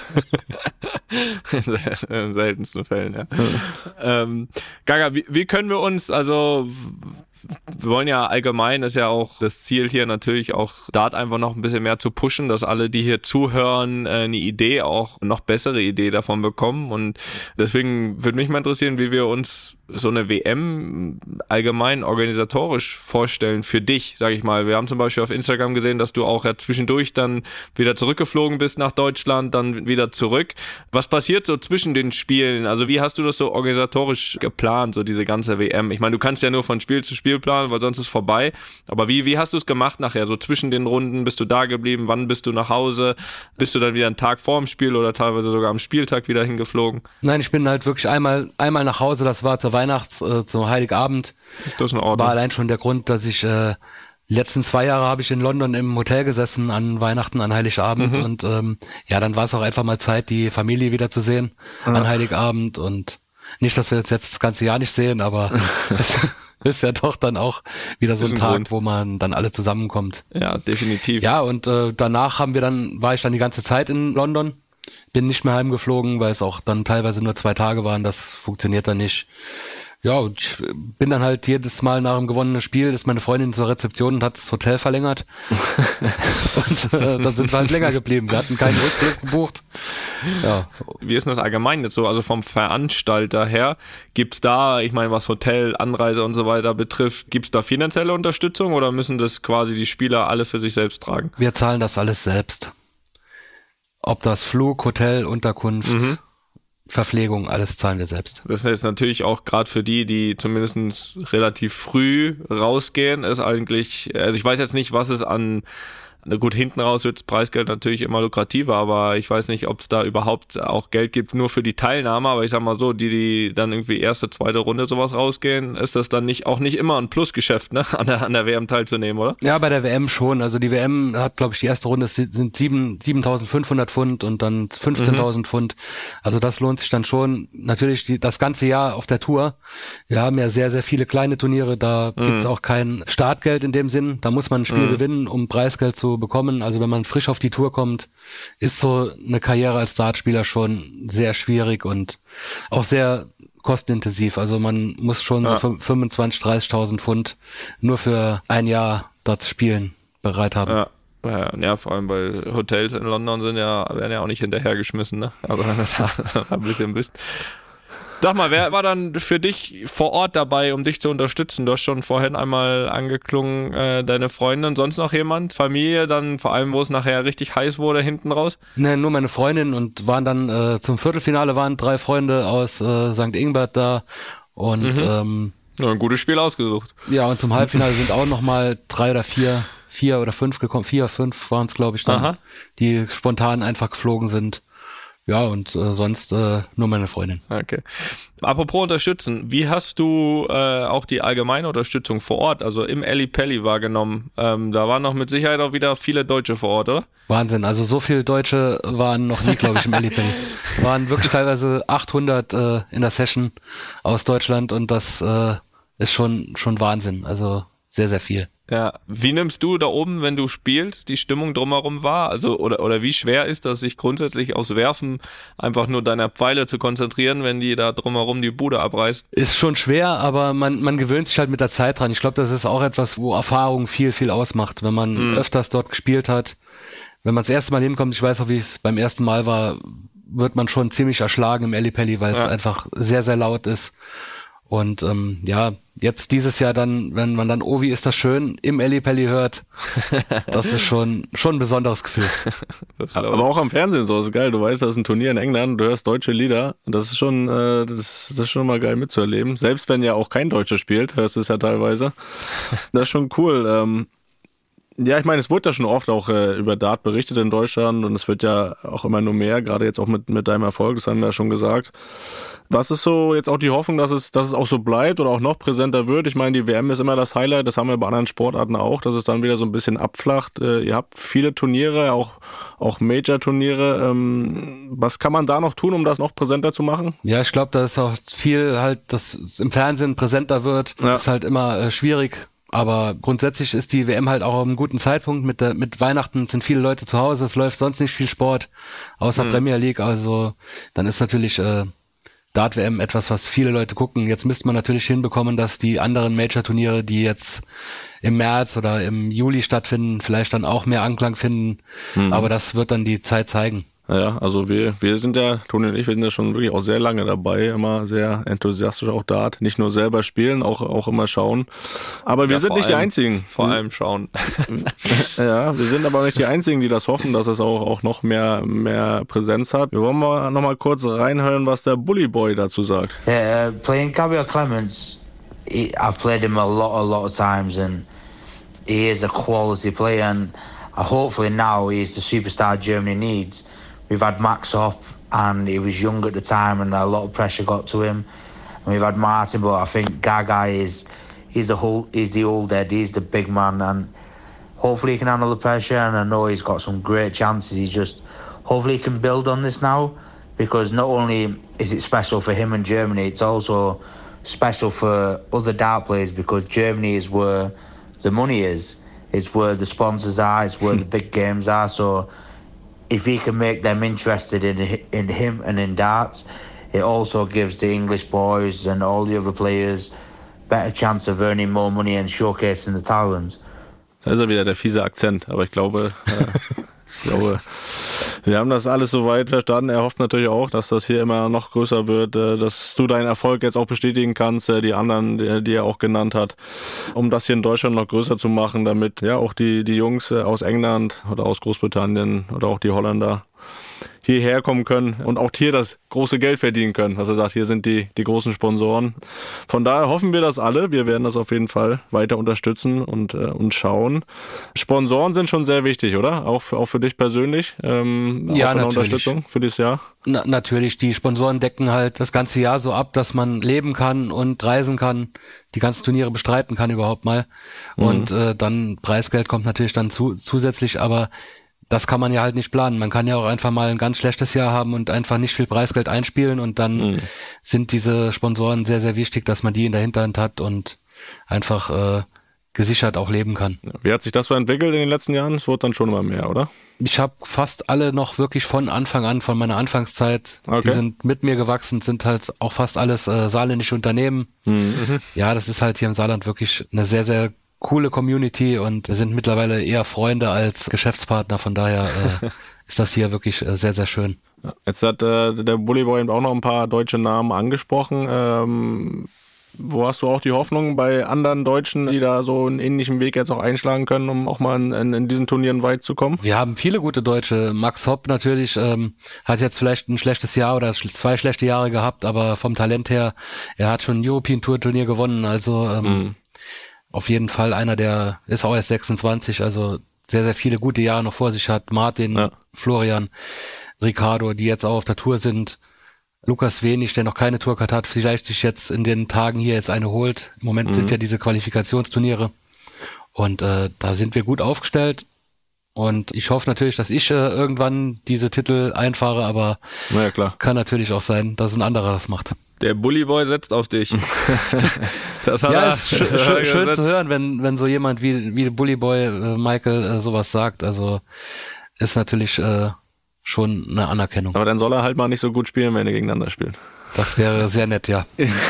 In seltensten Fällen, ja. Gaga, wie können wir uns, also wir wollen ja allgemein, ist ja auch das Ziel hier natürlich auch Dart einfach noch ein bisschen mehr zu pushen, dass alle, die hier zuhören, eine Idee, auch noch bessere Idee davon bekommen und deswegen würde mich mal interessieren, wie wir uns so eine WM allgemein organisatorisch vorstellen für dich, sag ich mal. Wir haben zum Beispiel auf Instagram gesehen, dass du auch ja zwischendurch dann wieder zurückgeflogen bist nach Deutschland, dann wieder zurück. Was passiert so zwischen den Spielen? Also wie hast du das so organisatorisch geplant, so diese ganze WM? Ich meine, du kannst ja nur von Spiel zu Spiel planen, weil sonst ist vorbei. Aber wie hast du es gemacht nachher? So zwischen den Runden, bist du da geblieben? Wann bist du nach Hause? Bist du dann wieder einen Tag vor dem Spiel oder teilweise sogar am Spieltag wieder hingeflogen? Nein, ich bin halt wirklich einmal nach Hause, das war zur zum Heiligabend. Das ist in Ordnung. War allein schon der Grund, dass ich die letzten 2 Jahre habe ich in London im Hotel gesessen an Weihnachten, an Heiligabend und ja, dann war es auch einfach mal Zeit, die Familie wieder zu sehen an Heiligabend und Nicht, dass wir uns jetzt das ganze Jahr nicht sehen, aber es ist ja doch dann auch wieder so ein Tag, Grund, wo man dann alle zusammenkommt. Ja, definitiv. Ja, und danach war ich dann die ganze Zeit in London. Bin nicht mehr heimgeflogen, weil es auch dann teilweise nur 2 Tage waren. Das funktioniert dann nicht. Ja, und ich bin dann halt jedes Mal nach einem gewonnenen Spiel, ist meine Freundin zur Rezeption und hat das Hotel verlängert. Und dann sind wir halt länger geblieben. Wir hatten keinen Rückflug gebucht. Ja. Wie ist denn das allgemein jetzt so? Also vom Veranstalter her, gibt's da, ich meine, was Hotel, Anreise und so weiter betrifft, gibt's da finanzielle Unterstützung oder müssen das quasi die Spieler alle für sich selbst tragen? Wir zahlen das alles selbst. Ob das Flug, Hotel, Unterkunft, Verpflegung, alles zahlen wir selbst. Das ist jetzt natürlich auch gerade für die zumindest relativ früh rausgehen, ist eigentlich, also ich weiß jetzt nicht, was es an, gut, hinten raus wird das Preisgeld natürlich immer lukrativer, aber ich weiß nicht, ob es da überhaupt auch Geld gibt, nur für die Teilnahme, aber ich sag mal so, die dann irgendwie erste, zweite Runde sowas rausgehen, ist das dann auch nicht immer ein Plusgeschäft, ne, an der WM teilzunehmen, oder? Ja, bei der WM schon, also die WM hat, glaube ich, die erste Runde sind 7.500 Pfund und dann 15.000 Pfund, also das lohnt sich dann schon, natürlich das ganze Jahr auf der Tour, wir haben ja sehr, sehr viele kleine Turniere, da gibt's auch kein Startgeld in dem Sinn, da muss man ein Spiel gewinnen, um Preisgeld zu bekommen. Also wenn man frisch auf die Tour kommt, ist so eine Karriere als Dartspieler schon sehr schwierig und auch sehr kostenintensiv. Also man muss schon so 25.000, 30.000 Pfund nur für ein Jahr Darts spielen bereit haben. Ja, vor allem bei Hotels in London werden ja auch nicht hinterhergeschmissen, ne? Aber wenn du da ein bisschen bist. Sag mal, wer war dann für dich vor Ort dabei, um dich zu unterstützen? Du hast schon vorhin einmal angeklungen, deine Freundin, sonst noch jemand? Familie, dann vor allem, wo es nachher richtig heiß wurde, hinten raus? Ne, nur meine Freundin und waren dann zum Viertelfinale waren 3 Freunde aus St. Ingbert da und ein gutes Spiel ausgesucht. Ja, und zum Halbfinale sind auch nochmal 3 oder 4 oder 5 gekommen, 4 oder 5 waren es, glaube ich, dann, die spontan einfach geflogen sind. Ja, und sonst nur meine Freundin. Okay. Apropos unterstützen, wie hast du auch die allgemeine Unterstützung vor Ort, also im Ellipelli wahrgenommen? Da waren noch mit Sicherheit auch wieder viele Deutsche vor Ort, oder? Wahnsinn, also so viele Deutsche waren noch nie, glaube ich, im Ellipelli. Waren wirklich teilweise 800 in der Session aus Deutschland und das ist schon Wahnsinn, also sehr, sehr viel. Ja, wie nimmst du da oben, wenn du spielst, die Stimmung drumherum wahr? Also, oder wie schwer ist das, sich grundsätzlich aufs Werfen einfach nur deiner Pfeile zu konzentrieren, wenn die da drumherum die Bude abreißt? Ist schon schwer, aber man gewöhnt sich halt mit der Zeit dran. Ich glaube, das ist auch etwas, wo Erfahrung viel, viel ausmacht. Wenn man öfters dort gespielt hat, wenn man das erste Mal hinkommt, ich weiß auch, wie es beim ersten Mal war, wird man schon ziemlich erschlagen im Ellipelli, weil es einfach sehr, sehr laut ist. Und jetzt dieses Jahr dann, wenn man dann "Oh, wie ist das schön" im Ellipelli hört, das ist schon ein besonderes Gefühl. Aber auch am Fernsehen so, das ist geil. Du weißt, das ist ein Turnier in England, du hörst deutsche Lieder. Das ist schon, das ist schon mal geil mitzuerleben. Selbst wenn ja auch kein Deutscher spielt, hörst du es ja teilweise. Das ist schon cool. Ja, ich meine, es wurde ja schon oft auch über Dart berichtet in Deutschland und es wird ja auch immer nur mehr, gerade jetzt auch mit deinem Erfolg, das haben wir ja schon gesagt. Was ist so jetzt auch die Hoffnung, dass es auch so bleibt oder auch noch präsenter wird? Ich meine, die WM ist immer das Highlight, das haben wir bei anderen Sportarten auch, dass es dann wieder so ein bisschen abflacht. Ihr habt viele Turniere, auch Major-Turniere. Was kann man da noch tun, um das noch präsenter zu machen? Ja, ich glaube, da ist auch viel halt, dass es im Fernsehen präsenter wird. Ja. Das ist halt immer schwierig. Aber grundsätzlich ist die WM halt auch auf einem guten Zeitpunkt. Mit Weihnachten sind viele Leute zu Hause, es läuft sonst nicht viel Sport, außer Premier League. Also dann ist natürlich Dart-WM etwas, was viele Leute gucken. Jetzt müsste man natürlich hinbekommen, dass die anderen Major-Turniere, die jetzt im März oder im Juli stattfinden, vielleicht dann auch mehr Anklang finden. Aber das wird dann die Zeit zeigen. Ja, also wir sind ja, Toni und ich, wir sind ja schon wirklich auch sehr lange dabei, immer sehr enthusiastisch auch Dart. Nicht nur selber spielen, auch immer schauen. Aber wir sind nicht die Einzigen. Vor allem schauen. Ja, wir sind aber nicht die Einzigen, die das hoffen, dass es auch noch mehr Präsenz hat. Wir wollen mal noch mal kurz reinhören, was der Bully Boy dazu sagt. Yeah, playing Gabriel Clemens, I've played him a lot of times and he is a quality player and hopefully now he's the superstar Germany needs. We've had Max up and he was young at the time and a lot of pressure got to him. And we've had Martin, but I think Gaga he's the old head, he's the big man and hopefully he can handle the pressure and I know he's got some great chances. Hopefully he can build on this now because not only is it special for him and Germany, it's also special for other dart players because Germany is where the money is where the sponsors are, it's where the big games are. So if he can make them interested in him and in darts, it also gives the English boys and all the other players better chance of earning more money and showcasing the talent. Da ist er wieder, der fiese Akzent, aber ich glaube, wir haben das alles soweit verstanden. Er hofft natürlich auch, dass das hier immer noch größer wird, dass du deinen Erfolg jetzt auch bestätigen kannst, die anderen, die er auch genannt hat, um das hier in Deutschland noch größer zu machen, damit ja auch die Jungs aus England oder aus Großbritannien oder auch die Holländer hierher kommen können und auch hier das große Geld verdienen können. Was er sagt, hier sind die großen Sponsoren. Von daher hoffen wir das alle. Wir werden das auf jeden Fall weiter unterstützen und schauen. Sponsoren sind schon sehr wichtig, oder? Auch für dich persönlich? Ja, auch natürlich. Unterstützung für dieses Jahr? Natürlich, die Sponsoren decken halt das ganze Jahr so ab, dass man leben kann und reisen kann, die ganzen Turniere bestreiten kann überhaupt mal. Und dann Preisgeld kommt natürlich dann zusätzlich, aber das kann man ja halt nicht planen. Man kann ja auch einfach mal ein ganz schlechtes Jahr haben und einfach nicht viel Preisgeld einspielen und dann sind diese Sponsoren sehr, sehr wichtig, dass man die in der Hinterhand hat und einfach gesichert auch leben kann. Wie hat sich das so entwickelt in den letzten Jahren? Es wurde dann schon immer mehr, oder? Ich habe fast alle noch wirklich von Anfang an, von meiner Anfangszeit, die sind mit mir gewachsen, sind halt auch fast alles saarländische Unternehmen. Ja, das ist halt hier im Saarland wirklich eine sehr, sehr coole Community und wir sind mittlerweile eher Freunde als Geschäftspartner, von daher ist das hier wirklich sehr, sehr schön. Jetzt hat der Bully Boy auch noch ein paar deutsche Namen angesprochen. Wo hast du auch die Hoffnung bei anderen Deutschen, die da so einen ähnlichen Weg jetzt auch einschlagen können, um auch mal in diesen Turnieren weit zu kommen? Wir haben viele gute Deutsche. Max Hopp natürlich hat jetzt vielleicht ein schlechtes Jahr oder 2 schlechte Jahre gehabt, aber vom Talent her, er hat schon ein European Tour Turnier gewonnen, also auf jeden Fall einer, der ist auch erst 26, also sehr, sehr viele gute Jahre noch vor sich hat. Martin, Florian, Ricardo, die jetzt auch auf der Tour sind. Lukas Wenig, der noch keine Tourcard hat, vielleicht sich jetzt in den Tagen hier jetzt eine holt. Im Moment sind ja diese Qualifikationsturniere und da sind wir gut aufgestellt. Und ich hoffe natürlich, dass ich irgendwann diese Titel einfahre, aber klar. Kann natürlich auch sein, dass ein anderer das macht. Der Bully Boy setzt auf dich. Das hat ist schön zu hören, wenn so jemand wie Bully Boy Michael sowas sagt. Also ist natürlich schon eine Anerkennung. Aber dann soll er halt mal nicht so gut spielen, wenn er gegeneinander spielt. Das wäre sehr nett, ja.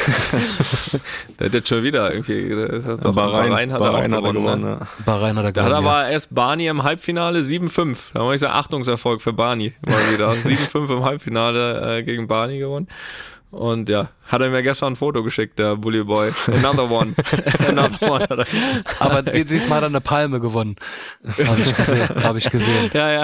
Der hat jetzt schon wieder irgendwie. Bahrain hat er gewonnen. Ne? Bahrain hat er gewonnen. Da hat aber erst Barney im Halbfinale 7-5. Da war ich sagen, Achtungserfolg für Barney. Mal wieder 7-5 im Halbfinale gegen Barney gewonnen. Und ja, hat er mir gestern ein Foto geschickt, der Bully Boy. Another one. Aber diesmal hat er eine Palme gewonnen. Hab ich gesehen. Ja.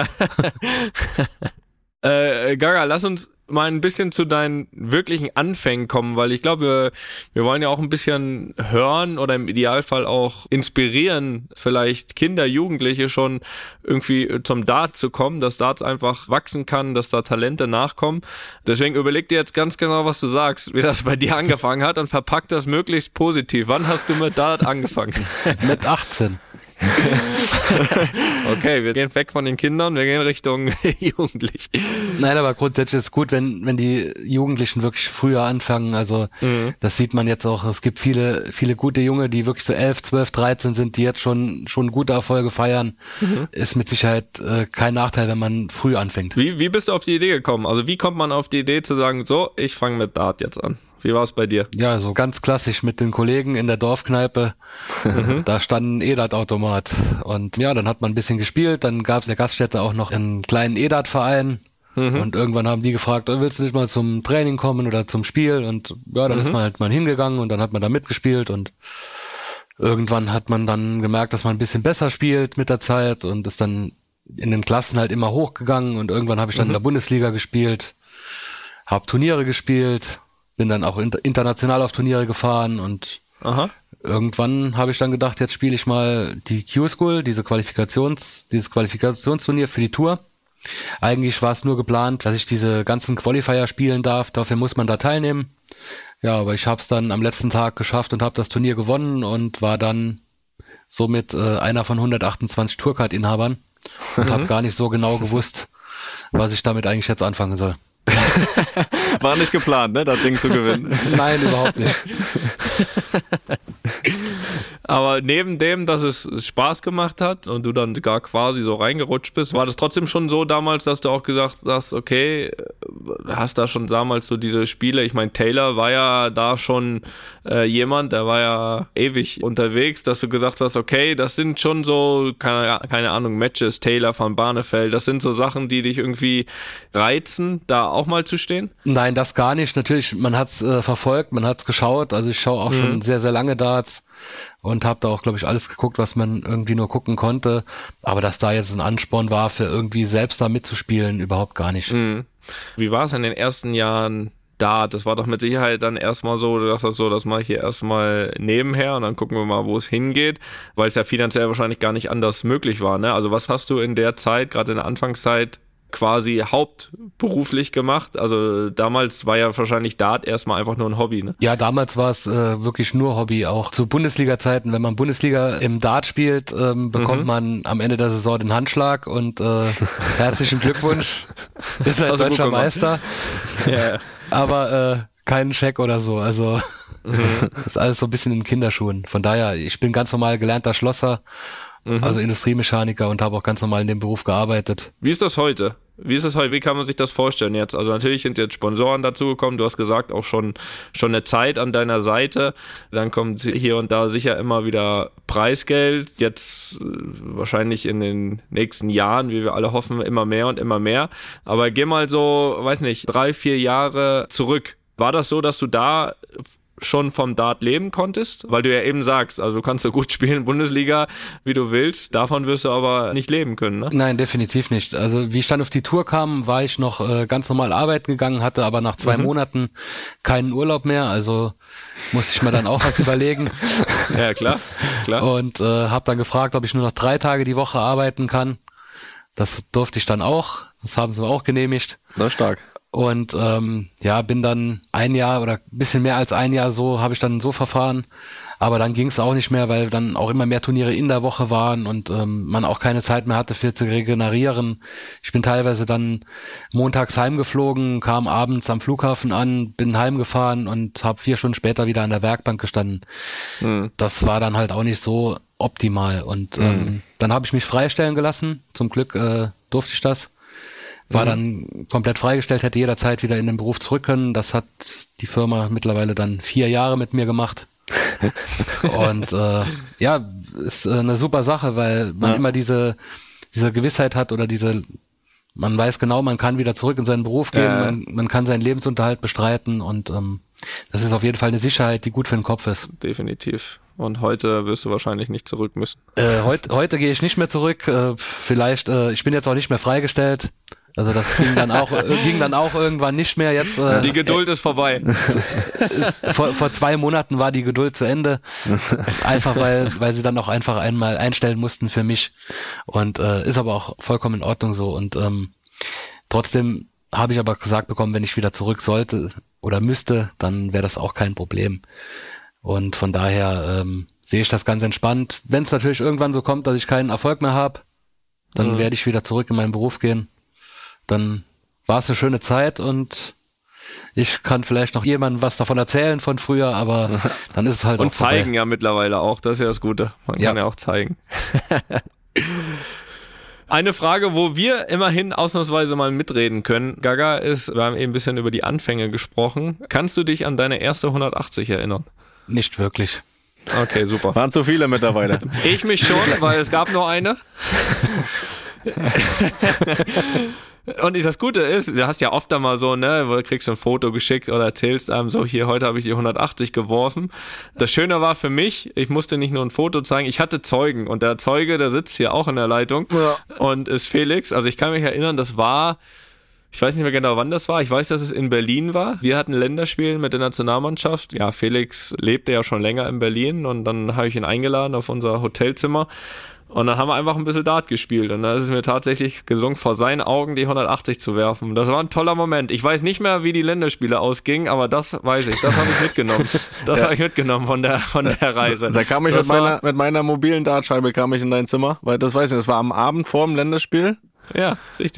Gaga, lass uns mal ein bisschen zu deinen wirklichen Anfängen kommen, weil ich glaube, wir wollen ja auch ein bisschen hören oder im Idealfall auch inspirieren, vielleicht Kinder, Jugendliche schon irgendwie zum Dart zu kommen, dass Darts einfach wachsen kann, dass da Talente nachkommen. Deswegen überleg dir jetzt ganz genau, was du sagst, wie das bei dir angefangen hat und verpack das möglichst positiv. Wann hast du mit Dart angefangen? Mit 18. Okay, wir gehen weg von den Kindern, wir gehen Richtung Jugendlich. Nein, aber grundsätzlich ist es gut, wenn die Jugendlichen wirklich früher anfangen. Also das sieht man jetzt auch. Es gibt viele gute Junge, die wirklich so 11, 12, 13 sind, die jetzt schon gute Erfolge feiern. Ist mit Sicherheit kein Nachteil, wenn man früh anfängt. Wie bist du auf die Idee gekommen? Also wie kommt man auf die Idee zu sagen, so, ich fange mit Dart jetzt an? Wie war es bei dir? Ja, so ganz klassisch mit den Kollegen in der Dorfkneipe. Da stand ein E-Dart-Automat. Und ja, dann hat man ein bisschen gespielt. Dann gab es in der Gaststätte auch noch einen kleinen E-Dart-Verein. Und irgendwann haben die gefragt, willst du nicht mal zum Training kommen oder zum Spiel? Und ja, dann ist man halt mal hingegangen und dann hat man da mitgespielt. Und irgendwann hat man dann gemerkt, dass man ein bisschen besser spielt mit der Zeit und ist dann in den Klassen halt immer hochgegangen. Und irgendwann habe ich dann in der Bundesliga gespielt, habe Turniere gespielt, bin dann auch international auf Turniere gefahren und irgendwann habe ich dann gedacht, jetzt spiele ich mal die Q-School, dieses Qualifikationsturnier für die Tour. Eigentlich war es nur geplant, dass ich diese ganzen Qualifier spielen darf, dafür muss man da teilnehmen. Ja, aber ich habe es dann am letzten Tag geschafft und habe das Turnier gewonnen und war dann somit einer von 128 Tourcard-Inhabern und habe gar nicht so genau gewusst, was ich damit eigentlich jetzt anfangen soll. War nicht geplant, ne, das Ding zu gewinnen. Nein, überhaupt nicht. Aber neben dem, dass es Spaß gemacht hat und du dann gar quasi so reingerutscht bist, war das trotzdem schon so damals, dass du auch gesagt hast, okay, hast da schon damals so diese Spiele, ich meine, Taylor war ja da schon jemand, der war ja ewig unterwegs, dass du gesagt hast, okay, das sind schon so, keine Ahnung, Matches, Taylor, Van Barneveld, das sind so Sachen, die dich irgendwie reizen, da auch mal zu stehen? Nein, das gar nicht. Natürlich, man hat's verfolgt, man hat's geschaut. Also ich schaue auch schon sehr, sehr lange Darts und habe da auch, glaube ich, alles geguckt, was man irgendwie nur gucken konnte. Aber dass da jetzt ein Ansporn war, für irgendwie selbst da mitzuspielen, überhaupt gar nicht. Wie war es in den ersten Jahren Dart? Das war doch mit Sicherheit dann erstmal so, das mache ich hier erstmal nebenher und dann gucken wir mal, wo es hingeht, weil es ja finanziell wahrscheinlich gar nicht anders möglich war, ne? Also was hast du in der Zeit, gerade in der Anfangszeit, quasi hauptberuflich gemacht? Also damals war ja wahrscheinlich Dart erstmal einfach nur ein Hobby, ne? Ja, damals war es wirklich nur Hobby, auch zu Bundesliga-Zeiten. Wenn man Bundesliga im Dart spielt, bekommt man am Ende der Saison den Handschlag und herzlichen Glückwunsch, ihr seid Also deutscher Meister. Ja. Aber keinen Scheck oder so, also das ist alles so ein bisschen in Kinderschuhen. Von daher, ich bin ganz normal gelernter Schlosser, also Industriemechaniker und habe auch ganz normal in dem Beruf gearbeitet. Wie ist das heute? Wie kann man sich das vorstellen jetzt? Also natürlich sind jetzt Sponsoren dazugekommen, du hast gesagt, auch schon eine Zeit an deiner Seite. Dann kommt hier und da sicher immer wieder Preisgeld. Jetzt wahrscheinlich in den nächsten Jahren, wie wir alle hoffen, immer mehr und immer mehr. Aber geh mal so, weiß nicht, 3-4 Jahre zurück. War das so, dass du da schon vom Dart leben konntest? Weil du ja eben sagst, also du kannst so gut spielen, Bundesliga, wie du willst, davon wirst du aber nicht leben können, ne? Nein, definitiv nicht. Also wie ich dann auf die Tour kam, war ich noch ganz normal arbeiten gegangen, hatte aber nach 2 Monaten keinen Urlaub mehr, also musste ich mir dann auch was überlegen. Ja, klar. Und habe dann gefragt, ob ich nur noch 3 Tage die Woche arbeiten kann. Das durfte ich dann auch, das haben sie mir auch genehmigt. Na, stark. Und bin dann 1 Jahr oder ein bisschen mehr als 1 Jahr habe ich dann so verfahren. Aber dann ging es auch nicht mehr, weil dann auch immer mehr Turniere in der Woche waren und man auch keine Zeit mehr hatte für zu regenerieren. Ich bin teilweise dann montags heimgeflogen, kam abends am Flughafen an, bin heimgefahren und habe 4 Stunden später wieder an der Werkbank gestanden. Das war dann halt auch nicht so optimal. Und dann habe ich mich freistellen gelassen. Zum Glück durfte ich das. War dann komplett freigestellt, hätte jederzeit wieder in den Beruf zurück können. Das hat die Firma mittlerweile dann 4 Jahre mit mir gemacht. Und ist eine super Sache, weil man immer diese Gewissheit hat oder man weiß genau, man kann wieder zurück in seinen Beruf gehen, man kann seinen Lebensunterhalt bestreiten und das ist auf jeden Fall eine Sicherheit, die gut für den Kopf ist. Definitiv. Und heute wirst du wahrscheinlich nicht zurück müssen. Heute gehe ich nicht mehr zurück. Vielleicht, ich bin jetzt auch nicht mehr freigestellt. Also das ging dann auch irgendwann nicht mehr jetzt. Die Geduld ist vorbei. Vor 2 Monaten war die Geduld zu Ende. Einfach weil sie dann auch einfach einmal einstellen mussten für mich. Und ist aber auch vollkommen in Ordnung so. Und trotzdem habe ich aber gesagt bekommen, wenn ich wieder zurück sollte oder müsste, dann wäre das auch kein Problem. Und von daher sehe ich das ganz entspannt. Wenn es natürlich irgendwann so kommt, dass ich keinen Erfolg mehr habe, dann werde ich wieder zurück in meinen Beruf gehen. Dann war es eine schöne Zeit und ich kann vielleicht noch jemandem was davon erzählen von früher, aber dann ist es halt und auch vorbei. Zeigen ja mittlerweile auch, das ist ja das Gute. Man kann ja auch zeigen. Eine Frage, wo wir immerhin ausnahmsweise mal mitreden können, Gaga, ist, wir haben eben ein bisschen über die Anfänge gesprochen. Kannst du dich an deine erste 180 erinnern? Nicht wirklich. Okay, super. Waren zu viele mittlerweile. Ich mich schon, weil es gab nur eine. Und das Gute ist, du hast ja oft einmal so, du kriegst ein Foto geschickt oder erzählst einem so, hier, heute habe ich die 180 geworfen. Das Schöne war für mich, ich musste nicht nur ein Foto zeigen, ich hatte Zeugen und der Zeuge, der sitzt hier auch in der Leitung und ist Felix. Also ich kann mich erinnern, das war, ich weiß nicht mehr genau, wann das war. Ich weiß, dass es in Berlin war. Wir hatten Länderspiel mit der Nationalmannschaft. Ja, Felix lebte ja schon länger in Berlin und dann habe ich ihn eingeladen auf unser Hotelzimmer. Und dann haben wir einfach ein bisschen Dart gespielt und dann ist es mir tatsächlich gelungen, vor seinen Augen die 180 zu werfen. Das war ein toller Moment. Ich weiß nicht mehr, wie die Länderspiele ausgingen, aber das weiß ich. Das habe ich mitgenommen. Das habe ich mitgenommen von der Reise. Da kam ich mit meiner mobilen Dartscheibe kam ich in dein Zimmer, weil das weiß ich, das war am Abend vor dem Länderspiel. Ja, richtig.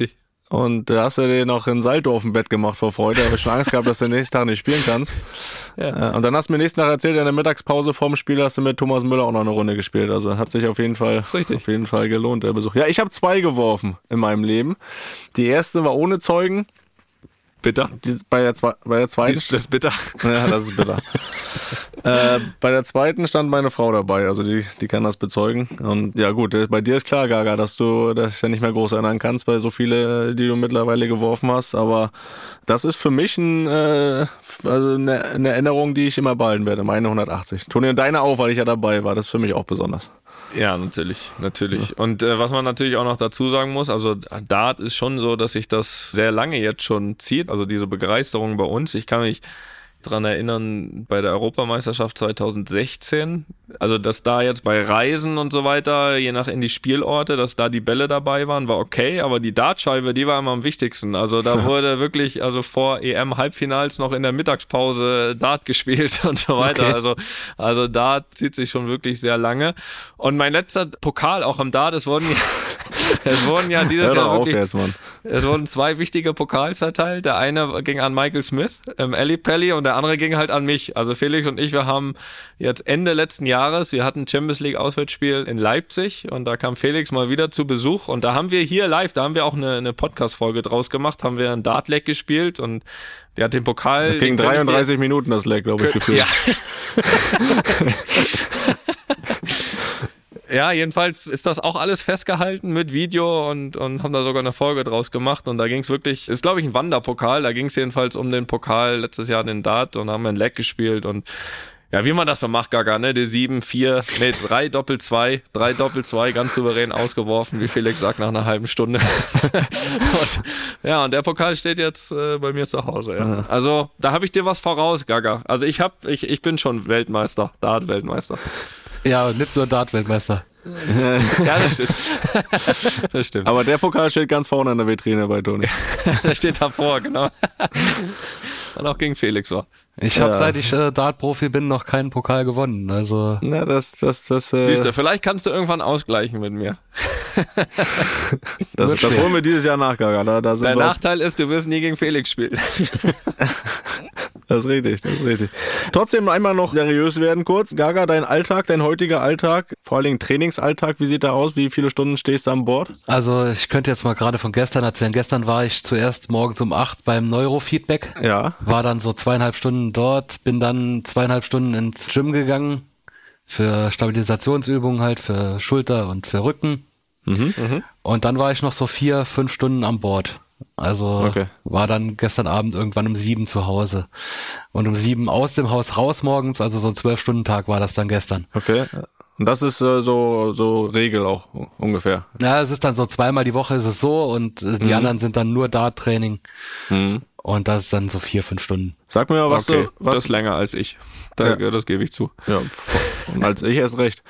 Und da hast du dir noch ein Salto auf dem Bett gemacht vor Freude. Da habe ich schon Angst gehabt, dass du den nächsten Tag nicht spielen kannst. Ja. Und dann hast du mir nächsten Tag erzählt, in der Mittagspause vorm Spiel hast du mit Thomas Müller auch noch eine Runde gespielt. Also hat sich auf jeden Fall gelohnt, der Besuch. Ja, ich habe 2 geworfen in meinem Leben. Die erste war ohne Zeugen. Bitter. Bei der zweiten. Das ist bitter. Ja, das ist bitter. Bei der zweiten stand meine Frau dabei, also die kann das bezeugen. Und ja gut, bei dir ist klar, Gaga, dass du das ja nicht mehr groß erinnern kannst, bei so viele, die du mittlerweile geworfen hast. Aber das ist für mich eine Erinnerung, die ich immer behalten werde, meine 180. Toni, und deine auch, weil ich ja dabei war, das ist für mich auch besonders. Ja, natürlich. Und was man natürlich auch noch dazu sagen muss, also Dart ist schon so, dass sich das sehr lange jetzt schon zieht, also diese Begeisterung bei uns. Ich kann mich dran erinnern, bei der Europameisterschaft 2016, also dass da jetzt bei Reisen und so weiter, je nach in die Spielorte, dass da die Bälle dabei waren, war okay, aber die Dartscheibe, die war immer am wichtigsten. Also da wurde wirklich, also vor EM-Halbfinals noch in der Mittagspause Dart gespielt und so weiter. Okay. Also Dart zieht sich schon wirklich sehr lange. Und mein letzter Pokal auch am Dart, es wurden ja dieses Jahr wirklich, es wurden 2 wichtige Pokals verteilt. Der eine ging an Michael Smith, Ali Pelli, und der andere ging halt an mich. Also Felix und ich, wir haben jetzt Ende letzten Jahres, wir hatten Champions League Auswärtsspiel in Leipzig und da kam Felix mal wieder zu Besuch und da haben wir hier live, da haben wir auch eine Podcast-Folge draus gemacht, haben wir ein Dart-Leg gespielt und der hat den Pokal... Das ging 33 Minuten, das Leg, glaube ich, gefühlt. Ja. Ja, jedenfalls ist das auch alles festgehalten mit Video und haben da sogar eine Folge draus gemacht und da ging es wirklich, ist glaube ich ein Wanderpokal, da ging es jedenfalls um den Pokal letztes Jahr, den Dart, und haben wir ein Leg gespielt und ja, wie man das so macht, Gaga, ne, die 3 Doppel-2, ganz souverän ausgeworfen, wie Felix sagt, nach einer halben Stunde. Und der Pokal steht jetzt bei mir zu Hause, ja. Also, da habe ich dir was voraus, Gaga. Also ich bin schon Weltmeister, Dart-Weltmeister. Ja, nicht nur Dart-Weltmeister. Ja, das stimmt. Aber der Pokal steht ganz vorne in der Vitrine bei Toni. Der steht davor, genau. Und auch gegen Felix war. Ich habe, seit ich Dart-Profi bin, noch keinen Pokal gewonnen. Also. Na, das. Siehst du, vielleicht kannst du irgendwann ausgleichen mit mir. Das holen wir dieses Jahr nach, Gaga. Der Nachteil ist, du wirst nie gegen Felix spielen. Das ist richtig. Trotzdem einmal noch seriös werden kurz. Gaga, dein heutiger Alltag, vor allen Dingen Trainingsalltag, wie sieht der aus? Wie viele Stunden stehst du an Bord? Also ich könnte jetzt mal gerade von gestern erzählen. Gestern war ich zuerst morgens um 8 beim Neurofeedback. Ja. War dann so 2,5 Stunden dort, bin dann 2,5 Stunden ins Gym gegangen für Stabilisationsübungen halt, für Schulter und für Rücken. Und dann war ich noch so 4-5 Stunden an Bord. Also war dann gestern Abend irgendwann um 7 zu Hause. Und um 7 aus dem Haus raus morgens, also so ein 12-Stunden-Tag war das dann gestern. Okay. Und das ist so Regel auch ungefähr? Ja, es ist dann so 2-mal die Woche ist es so und die anderen sind dann nur Dart-Training. Und das ist dann so 4-5 Stunden. Sag mir mal, was das ist länger als ich. Das gebe ich zu. Ja, und als ich erst recht.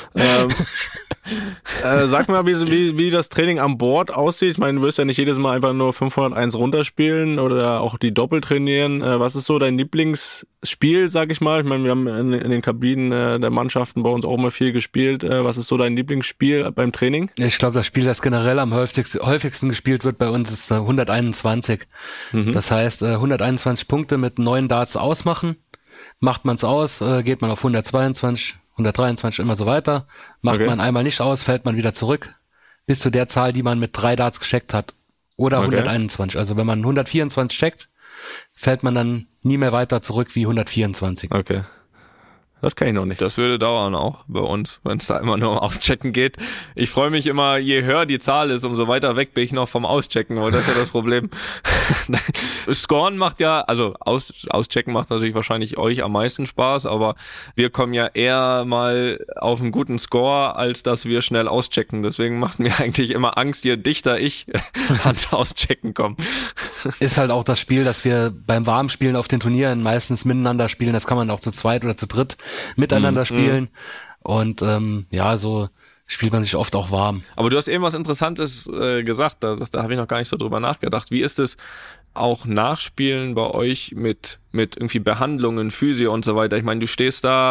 Sag mir mal, wie das Training an Bord aussieht. Ich meine, du wirst ja nicht jedes Mal einfach nur 501 runterspielen oder auch die Doppel trainieren. Was ist so dein Lieblingsspiel, sag ich mal? Ich meine, wir haben in den Kabinen der Mannschaften bei uns auch immer viel gespielt. Was ist so dein Lieblingsspiel beim Training? Ich glaube, das Spiel, das generell am häufigsten gespielt wird bei uns, ist 121. Das heißt, 121 Punkte mit 9 Darts ausmachen. Macht man es aus, geht man auf 122, 123, immer so weiter. Macht man einmal nicht aus, fällt man wieder zurück. Bis zu der Zahl, die man mit 3 Darts gecheckt hat. Oder 121. Also wenn man 124 checkt, fällt man dann nie mehr weiter zurück wie 124. Okay. Das kann ich noch nicht. Das würde dauern auch bei uns, wenn es da immer nur um Auschecken geht. Ich freue mich immer, je höher die Zahl ist, umso weiter weg bin ich noch vom Auschecken, weil das ist ja das Problem. Scoren macht ja, also Auschecken macht natürlich wahrscheinlich euch am meisten Spaß, aber wir kommen ja eher mal auf einen guten Score, als dass wir schnell auschecken. Deswegen macht mir eigentlich immer Angst, je dichter ich ans Auschecken komme. Ist halt auch das Spiel, dass wir beim Warmspielen auf den Turnieren meistens miteinander spielen. Das kann man auch zu zweit oder zu dritt miteinander spielen. Und so spielt man sich oft auch warm. Aber du hast eben was Interessantes gesagt, da habe ich noch gar nicht so drüber nachgedacht. Wie ist es auch Nachspielen bei euch mit irgendwie Behandlungen, Physio und so weiter? Ich meine, du stehst da,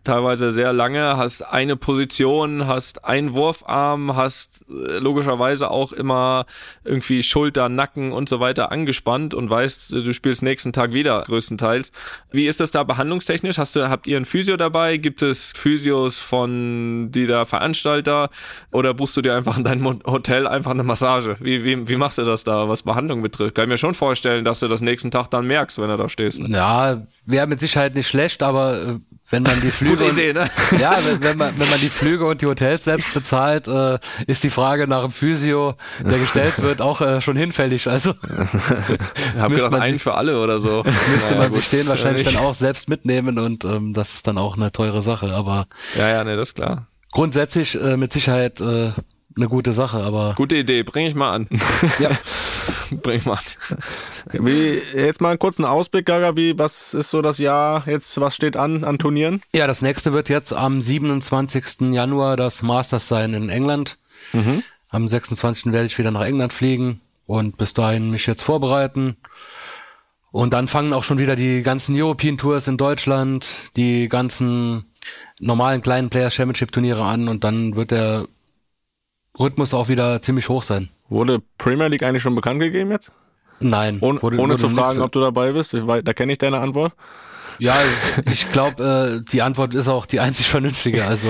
teilweise sehr lange, hast eine Position, hast einen Wurfarm, hast logischerweise auch immer irgendwie Schulter, Nacken und so weiter angespannt und weißt, du spielst nächsten Tag wieder größtenteils. Wie ist das da behandlungstechnisch? Habt ihr einen Physio dabei? Gibt es Physios von der Veranstalter oder buchst du dir einfach in deinem Hotel einfach eine Massage? Wie machst du das da, was Behandlung betrifft? Kann ich mir schon vorstellen, dass du das nächsten Tag dann merkst, wenn du da stehst. Ja, wäre mit Sicherheit nicht schlecht, aber wenn man die Flüge Idee, ne? Ja, wenn man die Flüge und die Hotels selbst bezahlt, ist die Frage nach dem Physio, der gestellt wird, auch schon hinfällig. Also hab gedacht, einen für alle oder so. Müsste man sich den wahrscheinlich dann auch selbst mitnehmen und das ist dann auch eine teure Sache. Aber ja, ne, das ist klar. Grundsätzlich mit Sicherheit eine gute Sache, aber... Gute Idee, bring ich mal an. Ja. Bring ich mal an. Jetzt mal einen kurzen Ausblick, Gaga, was ist so das Jahr jetzt, was steht an Turnieren? Ja, das nächste wird jetzt am 27. Januar das Masters sein in England. Mhm. Am 26. werde ich wieder nach England fliegen und bis dahin mich jetzt vorbereiten. Und dann fangen auch schon wieder die ganzen European Tours in Deutschland, die ganzen normalen kleinen Players Championship Turniere an und dann wird der Rhythmus auch wieder ziemlich hoch sein. Wurde Premier League eigentlich schon bekannt gegeben jetzt? Nein. Ohne zu fragen, ob du dabei bist? Da kenne ich deine Antwort. Ja, ich glaube, die Antwort ist auch die einzig vernünftige. Also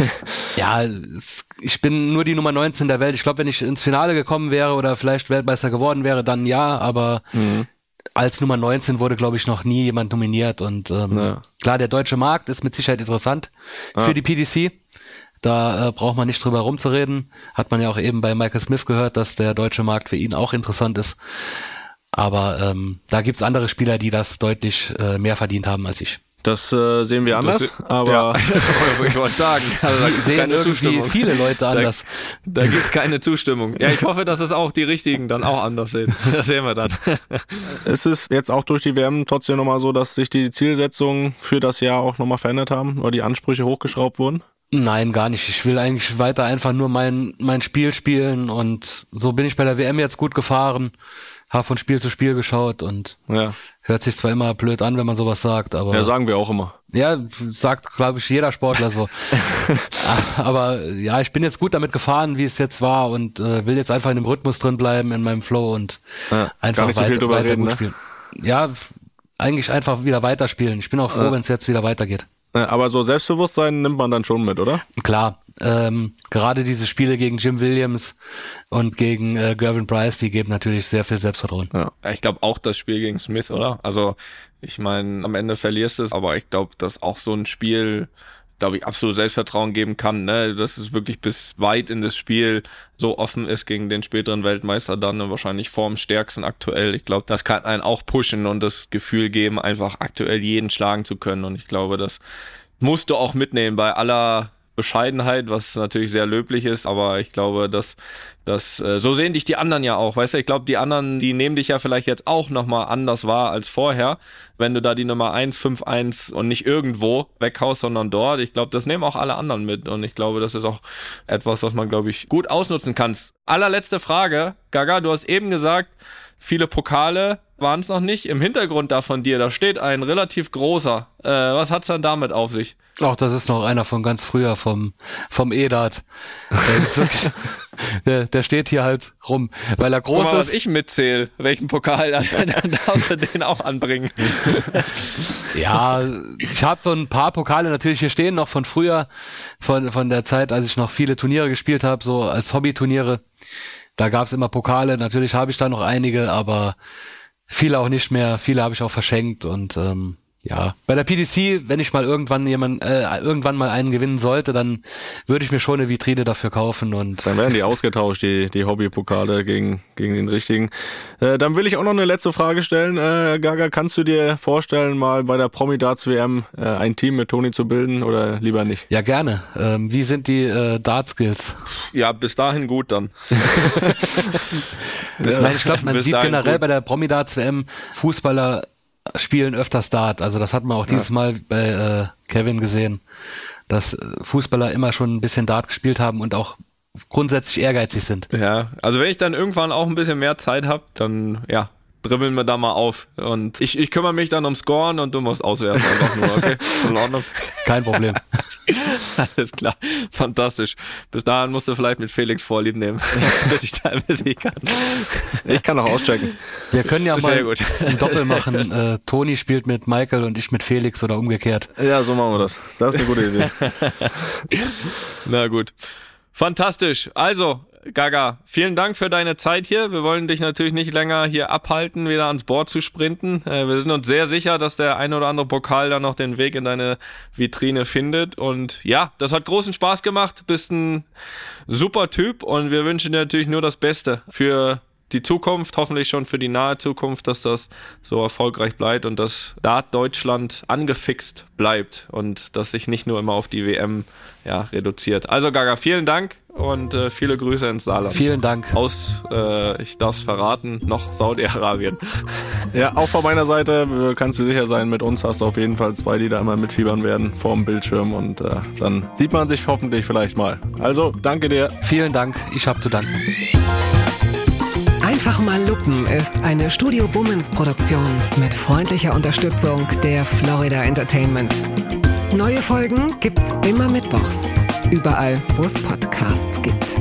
ja, ich bin nur die Nummer 19 der Welt. Ich glaube, wenn ich ins Finale gekommen wäre oder vielleicht Weltmeister geworden wäre, dann ja, aber als Nummer 19 wurde, glaube ich, noch nie jemand nominiert. Und klar, der deutsche Markt ist mit Sicherheit interessant für die PDC. Da braucht man nicht drüber rumzureden. Hat man ja auch eben bei Michael Smith gehört, dass der deutsche Markt für ihn auch interessant ist. Aber da gibt's andere Spieler, die das deutlich mehr verdient haben als ich. Das sehen wir anders, aber ja, ich wollte sagen, also da sehen irgendwie viele Leute anders. Da gibt's keine Zustimmung. Ja, ich hoffe, dass es auch die Richtigen dann auch anders sehen. Das sehen wir dann. Es ist jetzt auch durch die WM trotzdem nochmal so, dass sich die Zielsetzungen für das Jahr auch nochmal verändert haben oder die Ansprüche hochgeschraubt wurden? Nein, gar nicht. Ich will eigentlich weiter einfach nur mein Spiel spielen und so bin ich bei der WM jetzt gut gefahren, habe von Spiel zu Spiel geschaut und hört sich zwar immer blöd an, wenn man sowas sagt, aber... Ja, sagen wir auch immer. Ja, sagt, glaube ich, jeder Sportler so. Aber ja, ich bin jetzt gut damit gefahren, wie es jetzt war und will jetzt einfach in dem Rhythmus drin bleiben, in meinem Flow und einfach weiter gut spielen. Ja, eigentlich einfach wieder weiterspielen. Ich bin auch froh, wenn es jetzt wieder weitergeht. Aber so Selbstbewusstsein nimmt man dann schon mit, oder? Klar, gerade diese Spiele gegen Jim Williams und gegen Gervin Price, die geben natürlich sehr viel Selbstvertrauen. Ja, ich glaube auch das Spiel gegen Smith, oder? Also ich meine, am Ende verlierst du es, aber ich glaube, dass auch so ein Spiel, glaube ich, absolut Selbstvertrauen geben kann, ne? Dass es wirklich bis weit in das Spiel so offen ist gegen den späteren Weltmeister dann und wahrscheinlich formstärksten aktuell. Ich glaube, das kann einen auch pushen und das Gefühl geben, einfach aktuell jeden schlagen zu können. Und ich glaube, das musst du auch mitnehmen bei aller Bescheidenheit, was natürlich sehr löblich ist, aber ich glaube, dass so sehen dich die anderen ja auch, weißt du, ich glaube, die anderen, die nehmen dich ja vielleicht jetzt auch nochmal anders wahr als vorher, wenn du da die Nummer 1, 5-1 und nicht irgendwo weghaust, sondern dort. Ich glaube, das nehmen auch alle anderen mit und ich glaube, das ist auch etwas, was man, glaube ich, gut ausnutzen kann. Allerletzte Frage, Gaga, du hast eben gesagt, viele Pokale waren es noch nicht. Im Hintergrund da von dir, da steht ein relativ großer. Was hat's dann damit auf sich? Ach, das ist noch einer von ganz früher, vom Edat. Der ist wirklich, der steht hier halt rum, weil er groß ist. Guck mal, was ich mitzähle, welchen Pokal, dann darfst du den auch anbringen. Ja, ich habe so ein paar Pokale natürlich hier stehen, noch von früher, von der Zeit, als ich noch viele Turniere gespielt habe, so als Hobbyturniere. Da gab's immer Pokale, natürlich habe ich da noch einige, aber viele auch nicht mehr, viele habe ich auch verschenkt und ja, bei der PDC, wenn ich mal irgendwann mal einen gewinnen sollte, dann würde ich mir schon eine Vitrine dafür kaufen und dann werden die ausgetauscht, die Hobbypokale gegen den richtigen. Dann will ich auch noch eine letzte Frage stellen. Gaga, kannst du dir vorstellen, mal bei der Promi-Darts WM ein Team mit Toni zu bilden oder lieber nicht? Ja, gerne. Wie sind die Dart-Skills? Ja, bis dahin gut dann. Nein, ich glaube, man sieht generell gut bei der Promi-Darts WM Fußballer spielen öfters Dart. Also das hat man auch dieses Mal bei Kevin gesehen, dass Fußballer immer schon ein bisschen Dart gespielt haben und auch grundsätzlich ehrgeizig sind. Ja, also wenn ich dann irgendwann auch ein bisschen mehr Zeit habe, dann dribbeln wir da mal auf. Und ich kümmere mich dann um Scoren und du musst auswerfen einfach nur, okay? In Ordnung? Kein Problem. Alles klar, fantastisch. Bis dahin musst du vielleicht mit Felix Vorlieb nehmen, bis ich da ein bisschen kann. Ich kann auch auschecken. Wir können ja mal ein Doppel machen. Toni spielt mit Michael und ich mit Felix oder umgekehrt. Ja, so machen wir das. Das ist eine gute Idee. Na gut. Fantastisch. Also, Gaga, vielen Dank für deine Zeit hier. Wir wollen dich natürlich nicht länger hier abhalten, wieder ans Board zu sprinten. Wir sind uns sehr sicher, dass der ein oder andere Pokal dann noch den Weg in deine Vitrine findet. Und ja, das hat großen Spaß gemacht. Bist ein super Typ und wir wünschen dir natürlich nur das Beste für die Zukunft, hoffentlich schon für die nahe Zukunft, dass das so erfolgreich bleibt und dass Dart Deutschland angefixt bleibt und dass sich nicht nur immer auf die WM reduziert. Also Gaga, vielen Dank und viele Grüße ins Saarland. Vielen Dank. Aus, ich darf es verraten, noch Saudi-Arabien. Ja, auch von meiner Seite kannst du sicher sein, mit uns hast du auf jeden Fall 2, die da immer mitfiebern werden vorm Bildschirm und dann sieht man sich hoffentlich vielleicht mal. Also, danke dir. Vielen Dank, ich habe zu danken. Einfach mal lupen ist eine Studio Bummens Produktion mit freundlicher Unterstützung der Florida Entertainment. Neue Folgen gibt's immer mittwochs, überall wo es Podcasts gibt.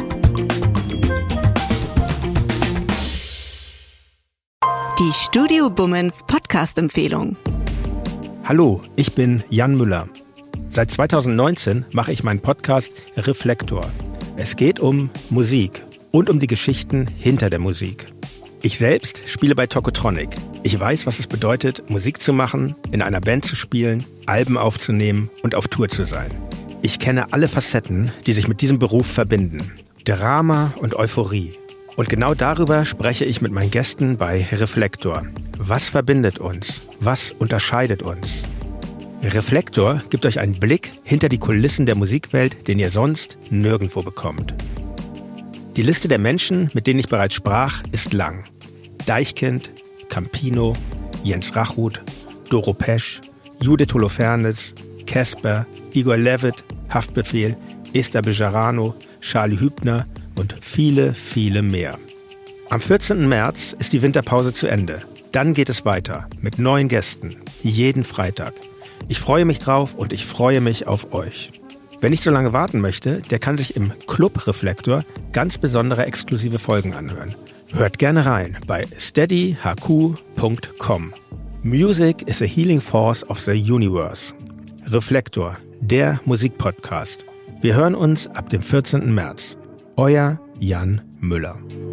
Die Studio Bummens Podcast-Empfehlung. Hallo, ich bin Jan Müller. Seit 2019 mache ich meinen Podcast Reflektor. Es geht um Musik und um die Geschichten hinter der Musik. Ich selbst spiele bei Tokotronic. Ich weiß, was es bedeutet, Musik zu machen, in einer Band zu spielen, Alben aufzunehmen und auf Tour zu sein. Ich kenne alle Facetten, die sich mit diesem Beruf verbinden. Drama und Euphorie. Und genau darüber spreche ich mit meinen Gästen bei Reflektor. Was verbindet uns? Was unterscheidet uns? Reflektor gibt euch einen Blick hinter die Kulissen der Musikwelt, den ihr sonst nirgendwo bekommt. Die Liste der Menschen, mit denen ich bereits sprach, ist lang. Deichkind, Campino, Jens Rachut, Doro Pesch, Judith Holofernes, Casper, Igor Levit, Haftbefehl, Esther Bejarano, Charlie Hübner und viele, viele mehr. Am 14. März ist die Winterpause zu Ende. Dann geht es weiter mit neuen Gästen, jeden Freitag. Ich freue mich drauf und ich freue mich auf euch. Wer nicht so lange warten möchte, der kann sich im Club Reflektor ganz besondere exklusive Folgen anhören. Hört gerne rein bei steadyhq.com. Music is a healing force of the universe. Reflektor, der Musikpodcast. Wir hören uns ab dem 14. März. Euer Jan Müller.